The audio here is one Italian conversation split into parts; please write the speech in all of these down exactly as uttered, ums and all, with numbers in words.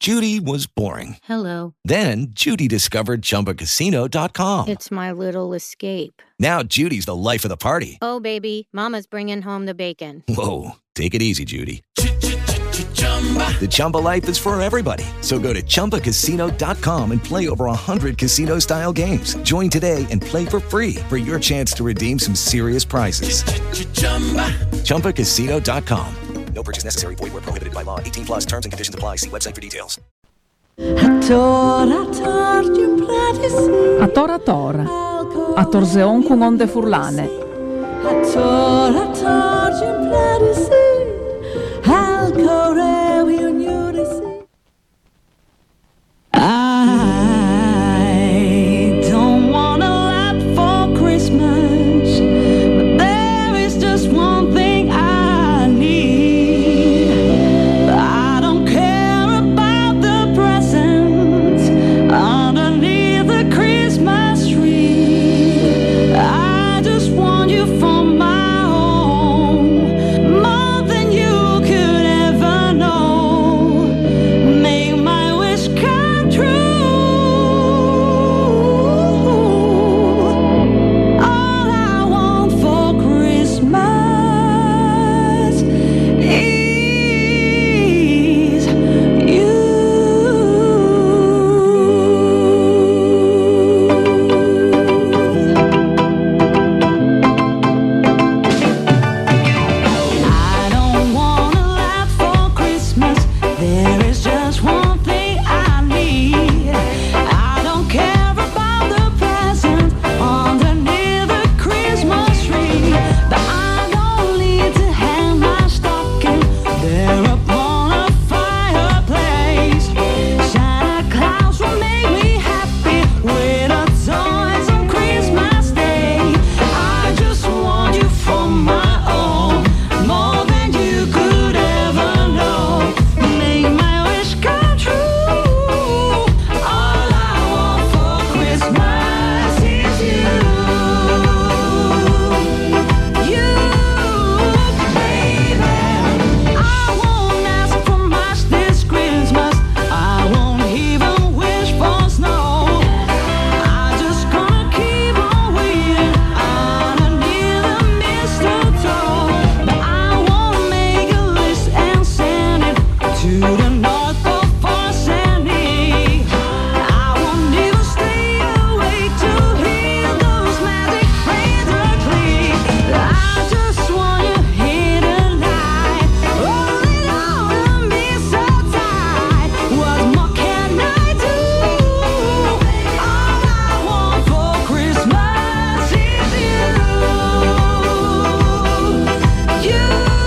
Judy was boring. Hello. Then Judy discovered Chumba Casino dot com. It's my little escape. Now Judy's the life of the party. Oh, baby, mama's bringing home the bacon. Whoa, take it easy, Judy. The Chumba life is for everybody. So go to Chumba Casino dot com and play over one hundred casino-style games. Join today and play for free for your chance to redeem some serious prizes. Chumba Casino dot com. No purchase necessary. Void where prohibited by law. eighteen plus terms and conditions apply. See website for details. A tora tora, a torseon con onde furlane. A tora tora, al correo I don't want a lot for Christmas, but there is just one thing I need. I don't care about the presents underneath the Christmas tree. I just want you for my own, more than you could ever know. Make my wish come true. All I want for Christmas is you. I don't want a lot for Christmas. There is just one thing I need. I don't care about the presents underneath the Christmas tree, but I don't need to hang my stocking there upon a fireplace. Santa Claus will make me happy with the toys on Christmas Day. I just want you for my own, more than you could ever know. Make my wish come true. All I want for Christmas is you. You, baby. I won't ask for much this Christmas. I won't even wish for snow. I'm just gonna keep on waiting underneath the mistletoe. But I won't make a list and send it to the North Pole for Sandy. I won't even stay awake to hear those magic razor click. I just want you here tonight, holding on to me so tight. What more can I do? All I want for Christmas is you. You.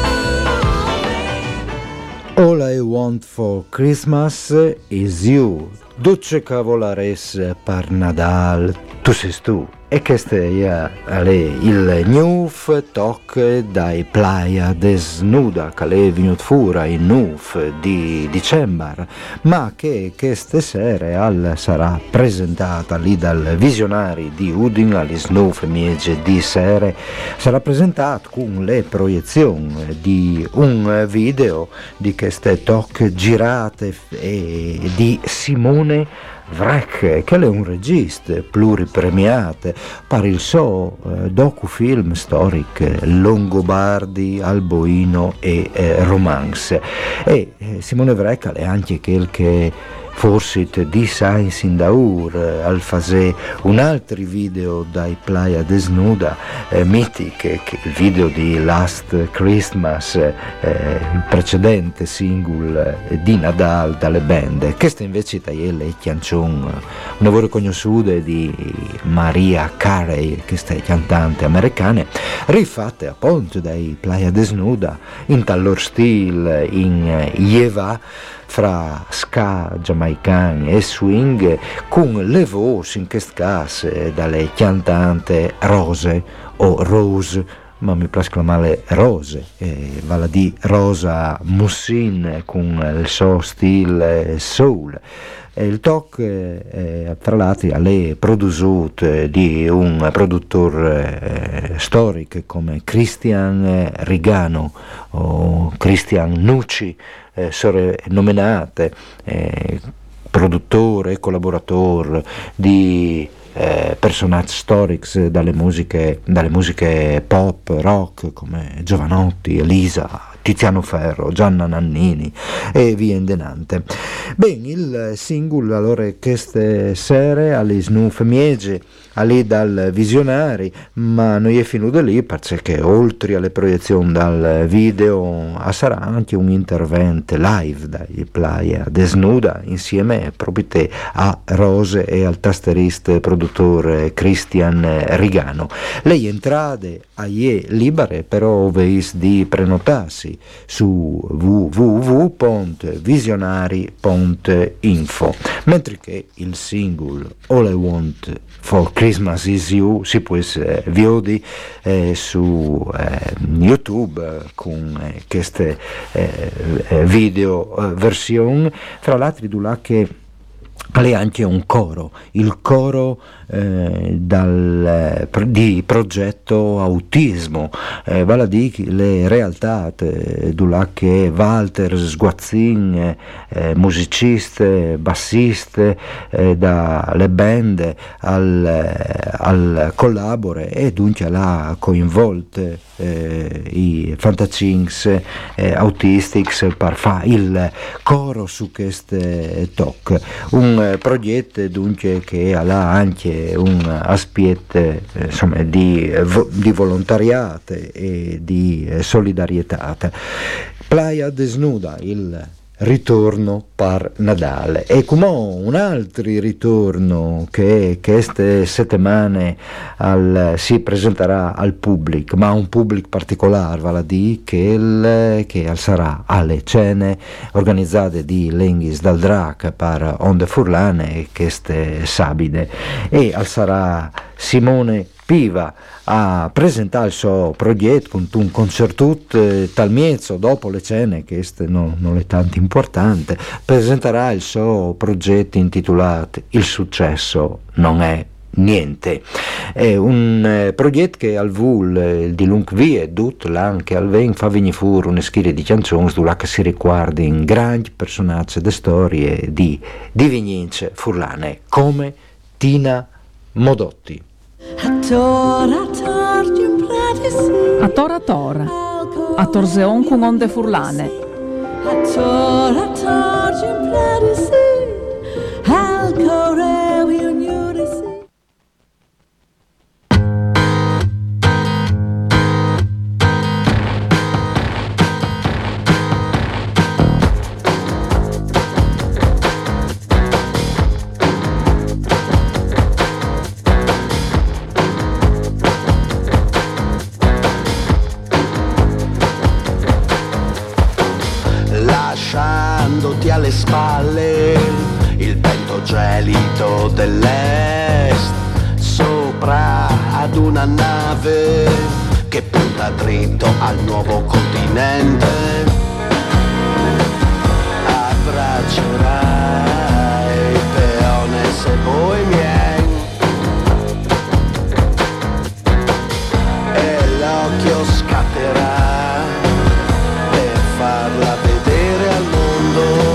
All I want for Christmas is you. Duce cavolares par Nadal, tu sei tu. E questo è il Nuf Toc dai Playa Desnuda, che è venuto fuori in Nuf di dicembre, ma che queste sere al sarà presentata lì dal visionari di Udin alle Snuf Miege di sere, sarà presentata con le proiezioni di un video di queste Toc girate e di Simone Vrech, che è un regista pluripremiato per il suo eh, docufilm storico Longobardi, Alboino e eh, Romance. E eh, Simone Vrech è anche quel che forse di Science in Daur al fase un altro video dai Playa Desnuda eh, mitiche, che il video di Last Christmas, eh, il precedente single eh, di Nadal dalle band. Questa invece è Chiancion, un lavoro conosciuto di Maria Carey, questa è cantante americana, rifatte appunto dai Playa Desnuda in tal loro stile, in Yeva, fra ska, giamaicani e swing, con le voci in questo caso dalle cantanti Rose o Rose, ma mi piace chiamare Rose, eh, vale a dire Rosa Mussin con il suo stile soul. E il talk, eh, tra l'altro, è prodotto di un produttore eh, storico come Christian Rigano o Christian Nucci, eh, soprannominate, eh, produttore e collaboratore di Eh, personaggi storici dalle musiche, dalle musiche pop, rock come Giovanotti, Elisa, Tiziano Ferro, Gianna Nannini e via indenante. Ben, il singolo allora queste sere alle snufe miege lì dal visionari, ma non è finito lì perché oltre alle proiezioni dal video sarà anche un intervento live dai Playa Desnuda insieme proprio te a Rose e al tasterista produttore Cristian Rigano. Lei entrate a ie libere, però veis di prenotarsi su w w w punto visionari punto info, mentre che il singolo All I Want for Christmas Is You si può eh, vedere eh, su eh, YouTube eh, con eh, queste eh, video eh, versioni, fra l'altro di là che è anche un coro, il coro eh, dal, eh, di progetto autismo, eh, vale a dire le realtà eh, là che Walter Sguazzin, eh, musiciste, bassiste eh, dalle band al, eh, al collabore e dunque l'ha coinvolte eh, i Fantacinks eh, Autistics per fare il coro su queste talk, un eh, progetto dunque che ha anche un aspetto eh, insomma di, di volontariato e di eh, solidarietà. Playa Desnuda, il ritorno per Nadale, e come un altro ritorno che queste settimane al, si presenterà al pubblico, ma un pubblico particolare, vale a dire che, il, che sarà alle cene organizzate di Lenghis dal Drac per Onde Furlane e queste sabide, e al sarà Simone Piva a presentare il suo progetto con un concerto eh, tal mezzo dopo le cene, che no, non è tanto importante, presenterà il suo progetto intitolato Il successo non è niente. È un eh, progetto che al vul eh, di lung vie tut l'anno che al ven fa venire fuori una serie di canzoni dove che si riguarda in grandi personaggi de storie di divinienze furlane come Tina Modotti. A tora tora, a torseon con onde furlane. A tora tora, al correo ignore. Lasciandoti alle spalle il vento gelido dell'est, sopra ad una nave che punta dritto al nuovo continente, abbraccerai peones e voi miei e l'occhio scatterà per farla vedere al mondo.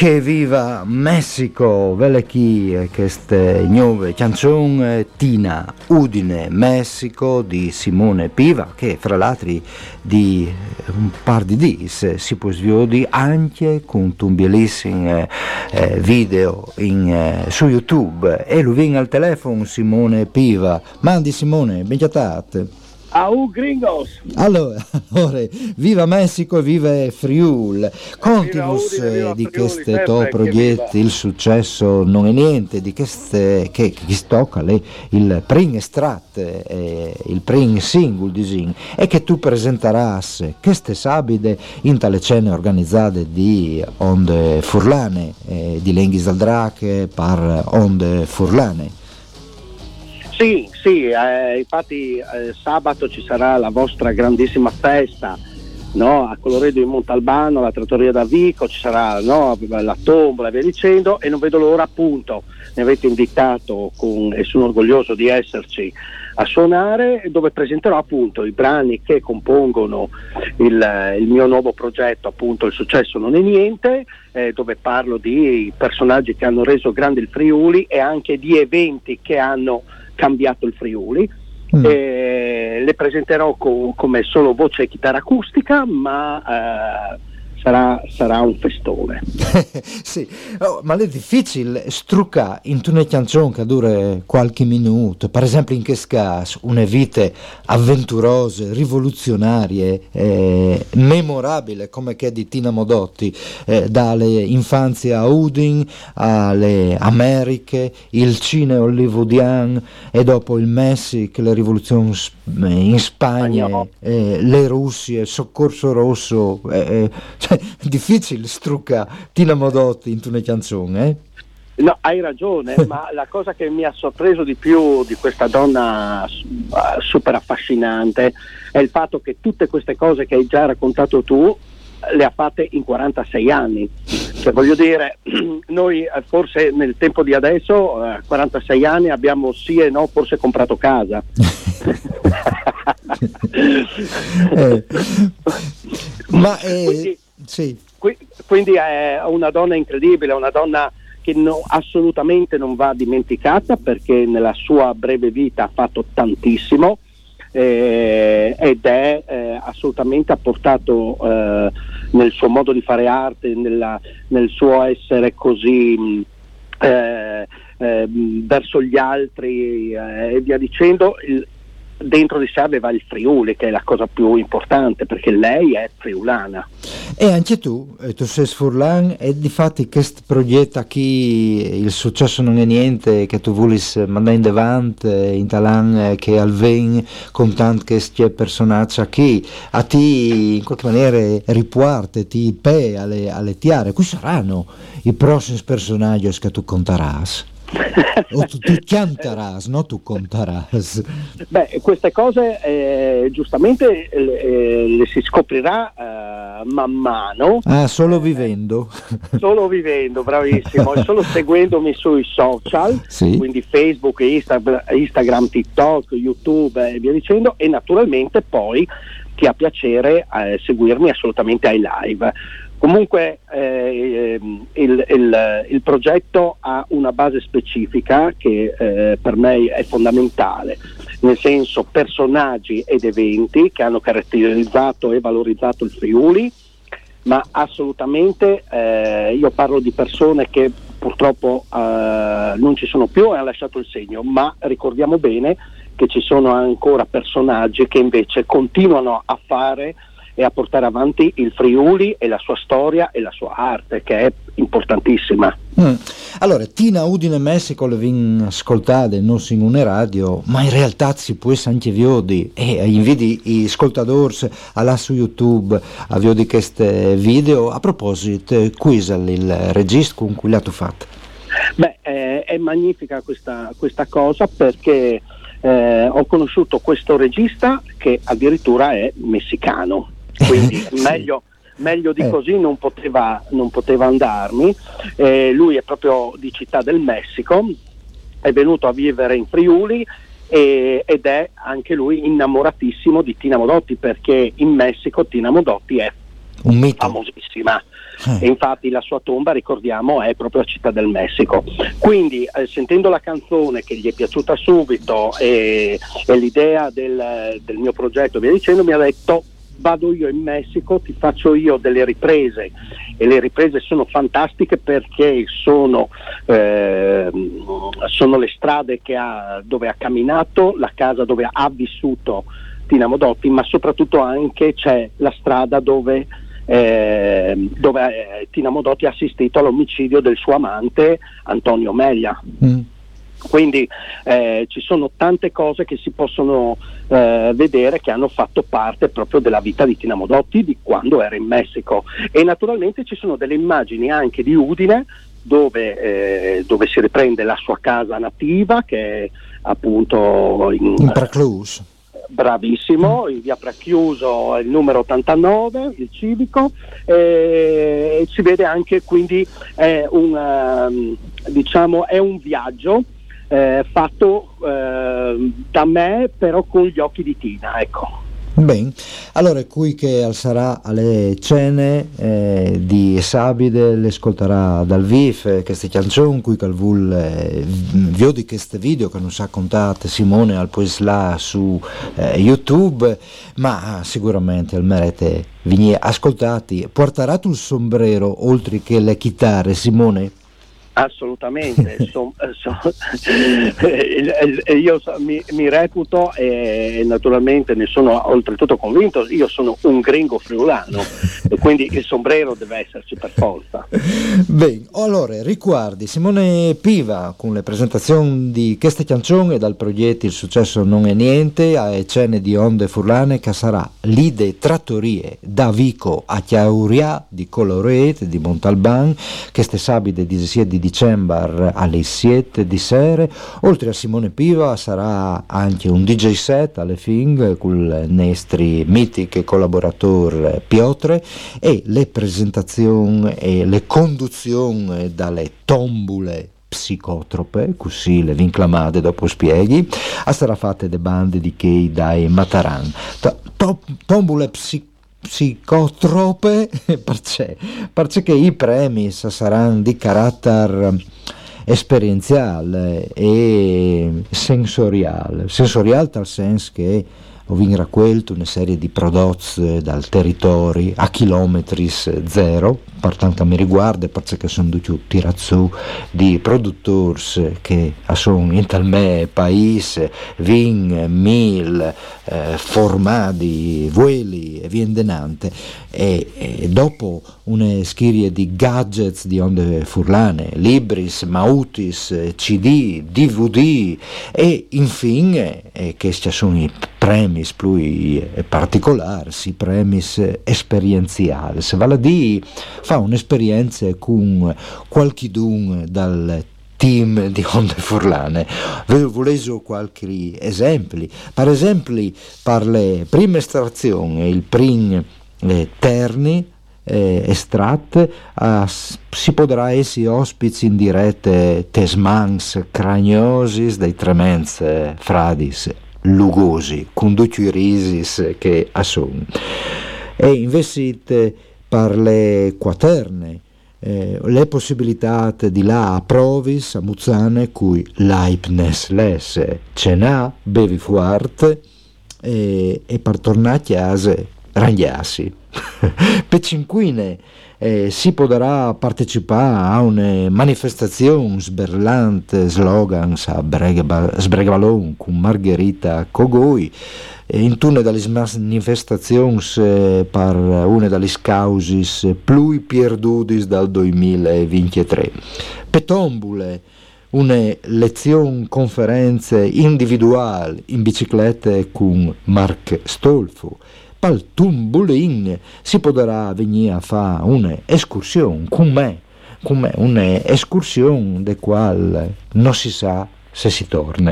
che viva Messico, vele chi queste nuove canzoni Tina Udine Messico di Simone Piva, che fra l'altro di un par di dis si può sviodi anche con un bellissimo eh, video in, eh, su YouTube, e lui viene al telefono Simone Piva. Mandi Simone, ben chiatate. Au gringos! Allora, allora, viva Messico e viva Friul. Contimus viva Udine, viva di Friuli, questi sempre, to che progetti, viva. il successo non è niente, di queste che, che chi tocca le, il primo estratto, eh, il primo single disin, e che tu presenteras queste sabide in tale cene organizzate di Onde Furlane, eh, di Lenghis dal Drache par Onde Furlane. Sì, sì, eh, infatti eh, sabato ci sarà la vostra grandissima festa, no? A Colloredo in Montalbano, la trattoria da Vico, ci sarà, no? La tombola e via dicendo, e non vedo l'ora, appunto, mi avete invitato con, e sono orgoglioso di esserci a suonare, dove presenterò appunto i brani che compongono il, il mio nuovo progetto, appunto Il successo non è niente, eh, dove parlo di personaggi che hanno reso grande il Friuli e anche di eventi che hanno cambiato il Friuli. Mm. Eh, le presenterò co- come solo voce e chitarra acustica, ma eh, sarà, sarà un festone. Sì, oh, ma è difficile struccare in una canzone che dura qualche minuto, per esempio in che caso una vite avventurose, rivoluzionarie, eh, memorabile come che di Tina Modotti, eh, dalle infanzie a Udine alle Americhe, il cinema hollywoodiano e dopo il Messico, le rivoluzioni in Spagna, eh, le Russie, il soccorso rosso, eh, eh, cioè, difficile strucca Tina Modotti in una canzone, eh? No, hai ragione, ma la cosa che mi ha sorpreso di più di questa donna uh, super affascinante è il fatto che tutte queste cose che hai già raccontato tu le ha fatte in quarantasei anni. Cioè, voglio dire, noi eh, forse nel tempo di adesso, a eh, quarantasei anni, abbiamo sì e no forse comprato casa. eh, ma eh, quindi, sì. qui, quindi è una donna incredibile, una donna che no, assolutamente non va dimenticata, perché nella sua breve vita ha fatto tantissimo, eh, ed è eh, assolutamente ha portato eh, nel suo modo di fare arte, nella, nel suo essere così eh, eh, verso gli altri eh, e via dicendo, il, dentro di sé aveva il Friuli, che è la cosa più importante, perché lei è friulana. E anche tu, tu sei furlan, e di fatti questo progetto qui, il successo non è niente, che tu vuoi mandare in davanti in talan che al ven con tanti questi personaggi qui, a ti in qualche maniera ripuarte, ti pe alle, alle tiare, qui saranno i prossimi personaggi che tu contaras. O tu, tu cantaras, no? Tu contaras. Beh, queste cose eh, giustamente eh, le si scoprirà eh, man mano. Ah, solo vivendo. Solo vivendo, bravissimo, e solo seguendomi sui social, sì. Quindi Facebook, Insta- Instagram, TikTok, YouTube e via dicendo, e naturalmente poi ti ha piacere eh, seguirmi assolutamente ai live. Comunque eh, il, il, il progetto ha una base specifica che eh, per me è fondamentale, nel senso personaggi ed eventi che hanno caratterizzato e valorizzato il Friuli, ma assolutamente eh, io parlo di persone che purtroppo eh, non ci sono più e hanno lasciato il segno, ma ricordiamo bene che ci sono ancora personaggi che invece continuano a fare e a portare avanti il Friuli e la sua storia e la sua arte, che è importantissima. Mm. Allora, Tina Udine Messico le vin ascoltate non in una radio, ma in realtà si può anche vedere, e invidi i ascoltatori alla su YouTube a vedere questi video. A proposito, quiz il registro con cui l'ha fatto. Beh, eh, è magnifica questa, questa cosa, perché eh, ho conosciuto questo regista che addirittura è messicano, quindi sì. meglio, meglio di eh. così non poteva, non poteva andarmi. Eh, lui è proprio di Città del Messico, è venuto a vivere in Friuli e, ed è anche lui innamoratissimo di Tina Modotti, perché in Messico Tina Modotti è un mito famosissima. eh. E infatti la sua tomba, ricordiamo, è proprio a Città del Messico. Quindi eh, sentendo la canzone che gli è piaciuta subito e, e l'idea del, del mio progetto, via dicendo, mi ha detto: vado io in Messico, ti faccio io delle riprese, e le riprese sono fantastiche perché sono, eh, sono le strade che ha, dove ha camminato, la casa dove ha vissuto Tina Modotti, ma soprattutto anche c'è la strada dove, eh, dove eh, Tina Modotti ha assistito all'omicidio del suo amante Antonio Meglia. Mm. Quindi eh, ci sono tante cose che si possono eh, vedere che hanno fatto parte proprio della vita di Tina Modotti di quando era in Messico, e naturalmente ci sono delle immagini anche di Udine dove, eh, dove si riprende la sua casa nativa, che è appunto in, in Preclus. Bravissimo, in via Prachiuso, il numero ottantanove, il civico, e si vede anche, quindi è un, um, diciamo, è un viaggio Eh, fatto eh, da me, però con gli occhi di Tina, ecco. Bene, allora qui che sarà alle cene eh, di Sabide le ascolterà dal vivo queste canzoni, qui che vuol eh, vedi questo video che non sa contate Simone al pues là su eh, YouTube, ma sicuramente al merete venire ascoltati. Porterà tu il sombrero oltre che le chitarre, Simone? Assolutamente, so, so, io so, mi, mi reputo, e naturalmente ne sono oltretutto convinto, io sono un gringo friulano e quindi il sombrero deve esserci per forza. Bene, allora ricordi Simone Piva con le presentazioni di queste canzoni dal progetto Il successo non è niente a cene di Onde Furlane, che sarà l'ide trattorie da Vico a Chiauria di Coloret di Montalban, queste sabide di dicembre alle sette di sera. Oltre a Simone Piva sarà anche un D J set alle fin con il nostro mitico collaboratore Piotre, e le presentazioni e le conduzioni dalle tombole psicotrope, così le vinclamate dopo spieghi, a sarà fatte de bande di Kei dai Mataran. To, to, tombole psicotrope psicotrope perché, perché i premi saranno di carattere esperienziale e sensoriale sensoriale tal senso che ho raccolto una serie di prodotti dal territorio a chilometri zero, per tanto mi riguarda, perché sono tutti razzu di produttori che sono in tal me paese vin mil eh, formati vueli e vien denante, e, e dopo una serie di gadgets di Onde Furlane, libris, mautis, C D, D V D e infine eh, che ci sono i premi più particolari, i premi esperienziali, se vale a dire fa un'esperienza con qualchidun dal team di Onde Furlane. Ve volevo qualche esempio, per esempio per le prime estrazioni, il prim eh, terni eh, estrat eh, si potrà essere ospiti in dirette tesmans craniosis dei tremens fradis lugosi, con tutti i risis che assono. E invece per le quaterne eh, le possibilità di là a Provis, a Muzzane, cui Leibniz lesse cenà, bevi fuart e, e per tornare a casa rangiassi. Per cinquine eh, si potrà partecipare a una manifestazione sberlante slogans a Sbregabalon con Margherita Cogoi, in una delle manifestazioni eh, per una delle cause più perdute dal duemilaventitré. Petombule, una lezione conferenze individuali in bicicletta con Mark Stolfo. Pal Tumbulin si potrà venire a fare un'escursione con me, con me un'escursione de quale non si sa se si torna.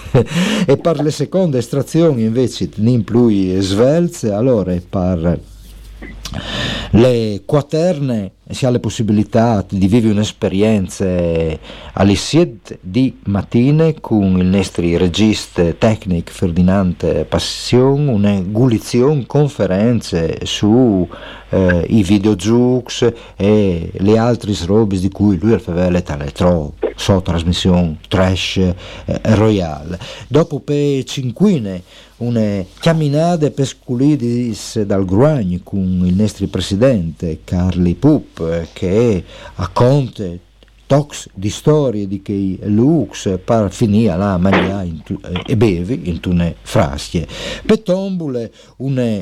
E per le seconde estrazioni invece non più svelte, allora per le quaterne si ha la possibilità di vivere un'esperienza alle sette di mattina con il nostro regista tecnico Ferdinand Passion, una gulizione conferenze su eh, i videogiochi e le altre robe di cui lui aveva tale troppo so trasmissione trash eh, royale. Dopo per cinquine una camminata per sculidis dal Gruagni con il nostro presidente Carli Pup che a conte tox di storie di che Lux par finì la mangiare eh, e bevi in tune frasche per tombole una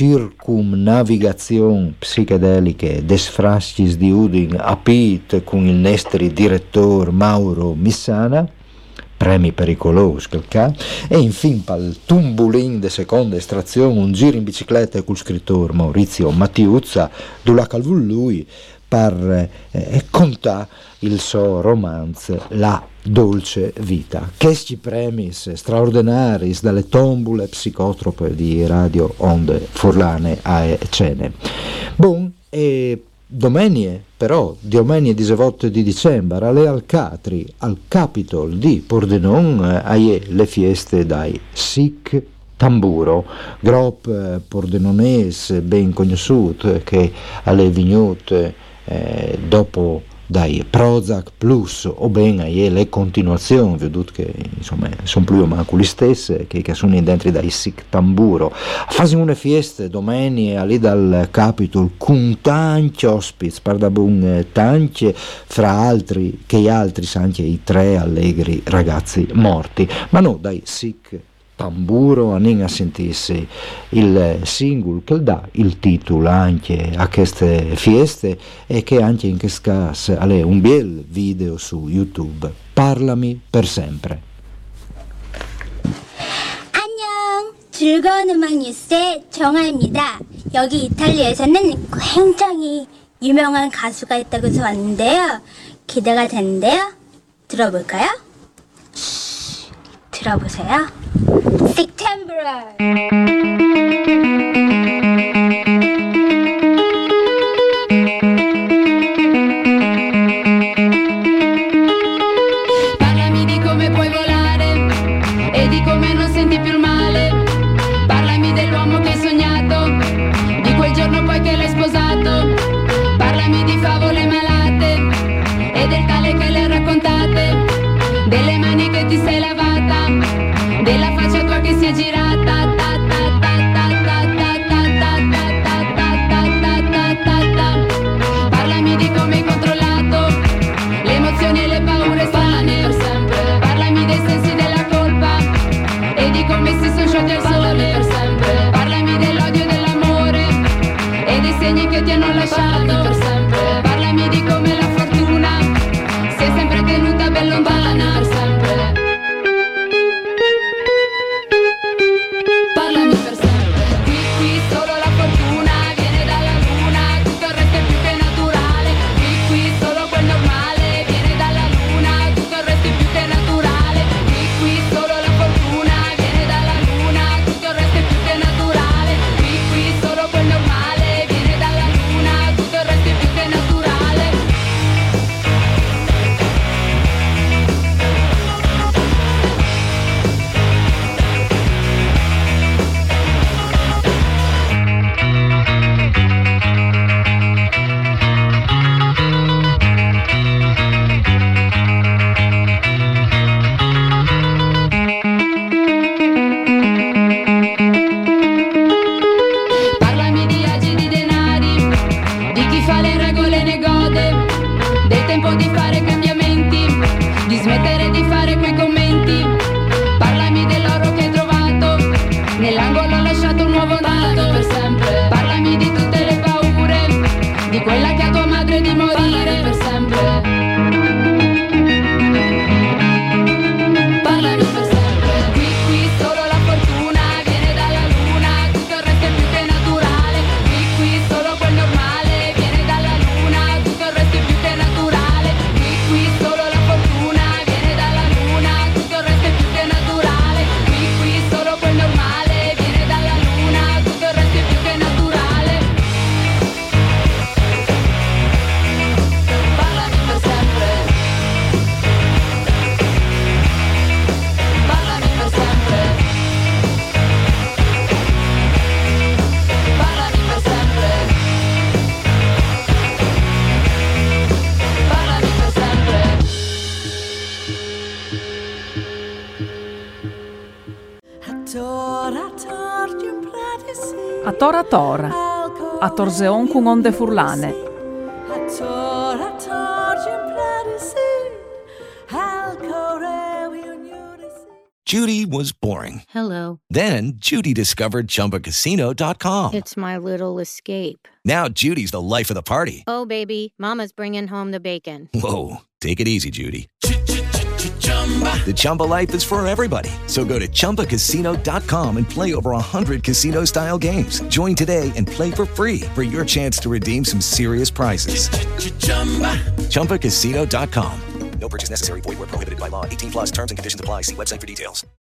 circumnavigazione psichedeliche des frascis di Udin a Pit con il nostro direttore Mauro Missana, premi pericolosi quel ca, e infine pal tumbulin de seconda estrazione un giro in bicicletta col scrittore Maurizio Mattiuzza dove calvul lui per eh, contare il suo romanzo La dolce vita. Questi premi straordinari dalle tombole psicotrope di Radio Onde Furlane a Cene. Bon, e domenica però, domenica diciotto di dicembre, alle Alcatri, al Capitol di Pordenone, eh, le feste dai Sic Tamburo, gruppo eh, pordenonese ben conosciuto che alle venuto eh, dopo dai Prozac Plus o ben a le continuazioni, veduto che insomma sono più o meno quelle stesse che, che sono dentro dai Sic Tamburo. Fasi una festa domenica lì dal Capitol con tanti ospiti, pardabun tanti fra altri che altri anche i tre allegri ragazzi morti, ma no dai Sic Tamburo a sentirsi il singolo che dà il titolo anche a queste feste e che anche in questo caso è un bel video su YouTube. Parlami per sempre. 안녕, 즐거운 음악 뉴스의 정아입니다. 여기 이탈리아에서는 굉장히 유명한 가수가 있다고 해서 왔는데요. 기대가 되는데요. 들어볼까요? 쉬, 들어보세요. September. Parlami di come puoi volare e di come non senti più il male. Parlami dell'uomo che hai sognato, di quel giorno poi che l'hai sposato. Parlami di favole malate e del tale che le hai raccontate, delle mani che ti sei lavata, della faccia tua che si è girata, ta ta ta A tora tora, a torzeon con onde furlane. Judy was boring. Hello. Then Judy discovered Chumba Casino dot com. It's my little escape. Now Judy's the life of the party. Oh, baby, mama's bringing home the bacon. Whoa, take it easy, Judy. The Chumba life is for everybody. So go to Chumba Casino dot com and play over one hundred casino-style games. Join today and play for free for your chance to redeem some serious prizes. Chumba Casino dot com. No purchase necessary. Void where prohibited by law. eighteen plus terms and conditions apply. See website for details.